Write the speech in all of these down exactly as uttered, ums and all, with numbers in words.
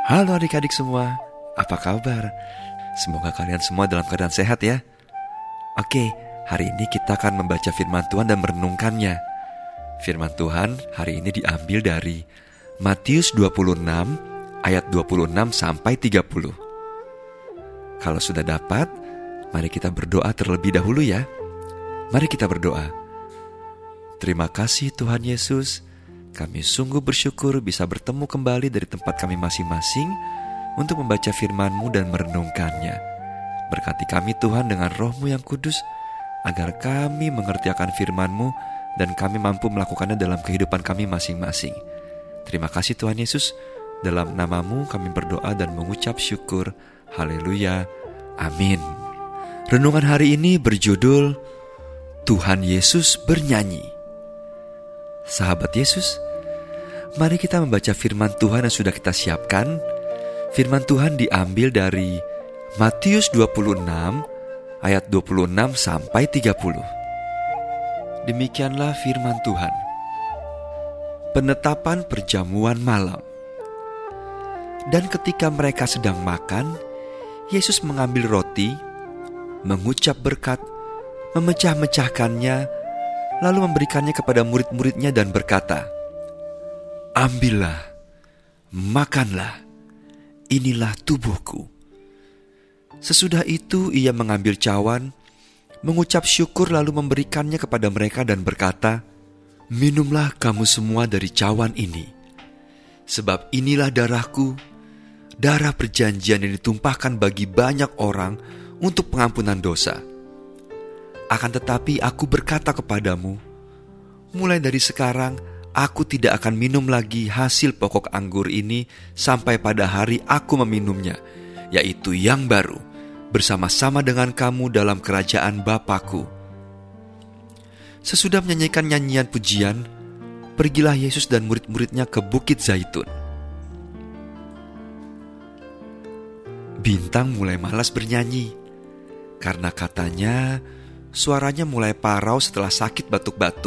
Halo adik-adik semua, apa kabar? Semoga kalian semua dalam keadaan sehat ya. Oke, hari ini kita akan membaca firman Tuhan dan merenungkannya. Firman Tuhan hari ini diambil dari Matius dua puluh enam ayat dua puluh enam sampai tiga puluh. Kalau sudah dapat, mari kita berdoa terlebih dahulu ya. Mari kita berdoa. Terima kasih Tuhan Yesus, kami sungguh bersyukur bisa bertemu kembali dari tempat kami masing-masing untuk membaca firman-Mu dan merenungkannya. Berkati kami Tuhan dengan Roh-Mu yang kudus, agar kami mengerti akan firman-Mu dan kami mampu melakukannya dalam kehidupan kami masing-masing. Terima kasih Tuhan Yesus, dalam nama-Mu kami berdoa dan mengucap syukur. Haleluya, amin. Renungan hari ini berjudul Tuhan Yesus bernyanyi. Sahabat Yesus, mari kita membaca firman Tuhan yang sudah kita siapkan. Firman Tuhan diambil dari Matius dua puluh enam ayat dua puluh enam sampai tiga puluh. Demikianlah firman Tuhan. Penetapan perjamuan malam. Dan ketika mereka sedang makan, Yesus mengambil roti, mengucap berkat, memecah-mecahkannya, lalu memberikannya kepada murid-muridnya dan berkata, "Ambillah, makanlah, inilah tubuhku." Sesudah itu ia mengambil cawan, mengucap syukur lalu memberikannya kepada mereka dan berkata, "Minumlah kamu semua dari cawan ini, sebab inilah darahku, darah perjanjian yang ditumpahkan bagi banyak orang untuk pengampunan dosa. Akan tetapi aku berkata kepadamu, mulai dari sekarang aku tidak akan minum lagi hasil pokok anggur ini sampai pada hari aku meminumnya, yaitu yang baru, bersama-sama dengan kamu dalam kerajaan Bapa-Ku." Sesudah menyanyikan nyanyian pujian, pergilah Yesus dan murid-muridnya ke Bukit Zaitun. Bintang mulai malas bernyanyi, karena katanya suaranya mulai parau setelah sakit batuk-batuk.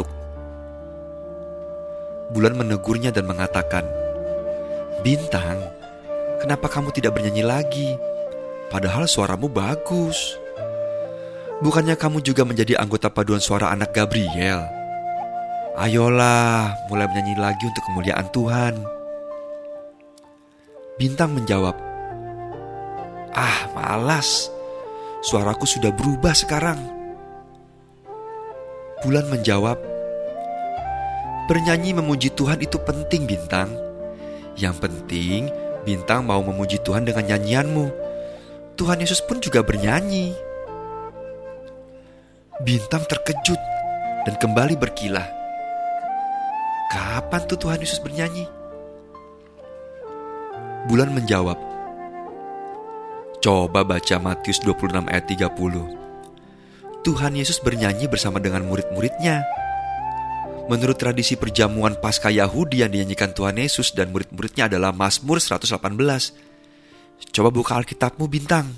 Bulan menegurnya dan mengatakan, "Bintang, kenapa kamu tidak bernyanyi lagi? Padahal suaramu bagus. Bukannya kamu juga menjadi anggota paduan suara anak Gabriel? Ayolah, mulai menyanyi lagi untuk kemuliaan Tuhan." Bintang menjawab, "Ah, malas. Suaraku sudah berubah sekarang." Bulan menjawab, "Bernyanyi memuji Tuhan itu penting, Bintang. Yang penting, Bintang mau memuji Tuhan dengan nyanyianmu. Tuhan Yesus pun juga bernyanyi." Bintang terkejut dan kembali berkilah. "Kapan tuh Tuhan Yesus bernyanyi?" Bulan menjawab, "Coba baca Matius dua puluh enam ayat tiga puluh. Tuhan Yesus bernyanyi bersama dengan murid-muridnya. Menurut tradisi perjamuan Paskah Yahudi yang dinyanyikan Tuhan Yesus dan murid-muridnya adalah Mazmur seratus delapan belas. Coba buka Alkitabmu, Bintang."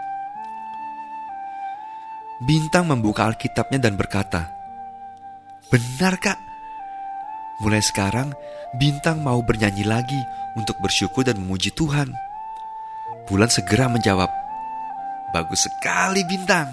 Bintang membuka Alkitabnya dan berkata, "Benar, Kak. Mulai sekarang, Bintang mau bernyanyi lagi untuk bersyukur dan memuji Tuhan." Bulan segera menjawab, "Bagus sekali, Bintang."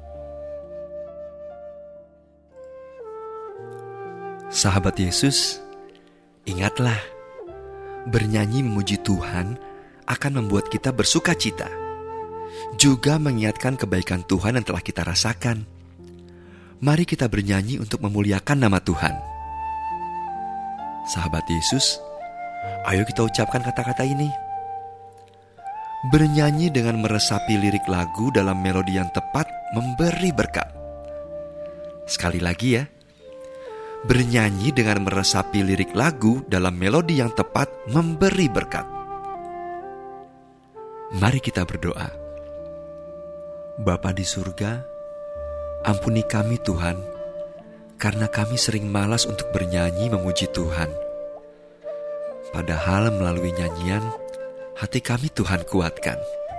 Sahabat Yesus, ingatlah, bernyanyi memuji Tuhan akan membuat kita bersuka cita, juga mengingatkan kebaikan Tuhan yang telah kita rasakan. Mari kita bernyanyi untuk memuliakan nama Tuhan. Sahabat Yesus, ayo kita ucapkan kata-kata ini. Bernyanyi dengan meresapi lirik lagu dalam melodi yang tepat memberi berkat. Sekali lagi ya. Bernyanyi dengan meresapi lirik lagu dalam melodi yang tepat memberi berkat. Mari kita berdoa. Bapa di surga, ampuni kami Tuhan, karena kami sering malas untuk bernyanyi memuji Tuhan. Padahal melalui nyanyian, hati kami Tuhan kuatkan.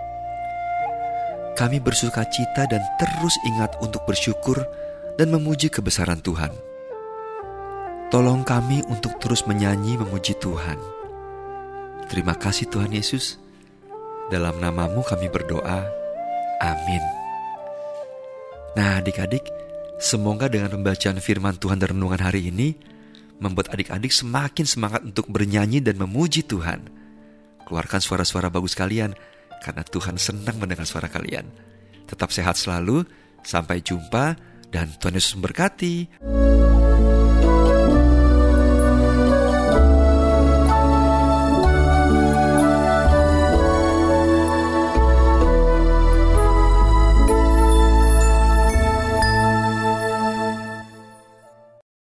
Kami bersuka cita dan terus ingat untuk bersyukur dan memuji kebesaran Tuhan. Tolong kami untuk terus menyanyi memuji Tuhan. Terima kasih Tuhan Yesus. Dalam namamu kami berdoa. Amin. Nah adik-adik, semoga dengan pembacaan firman Tuhan dan renungan hari ini membuat adik-adik semakin semangat untuk bernyanyi dan memuji Tuhan. Keluarkan suara-suara bagus kalian, karena Tuhan senang mendengar suara kalian. Tetap sehat selalu, sampai jumpa, dan Tuhan Yesus memberkati.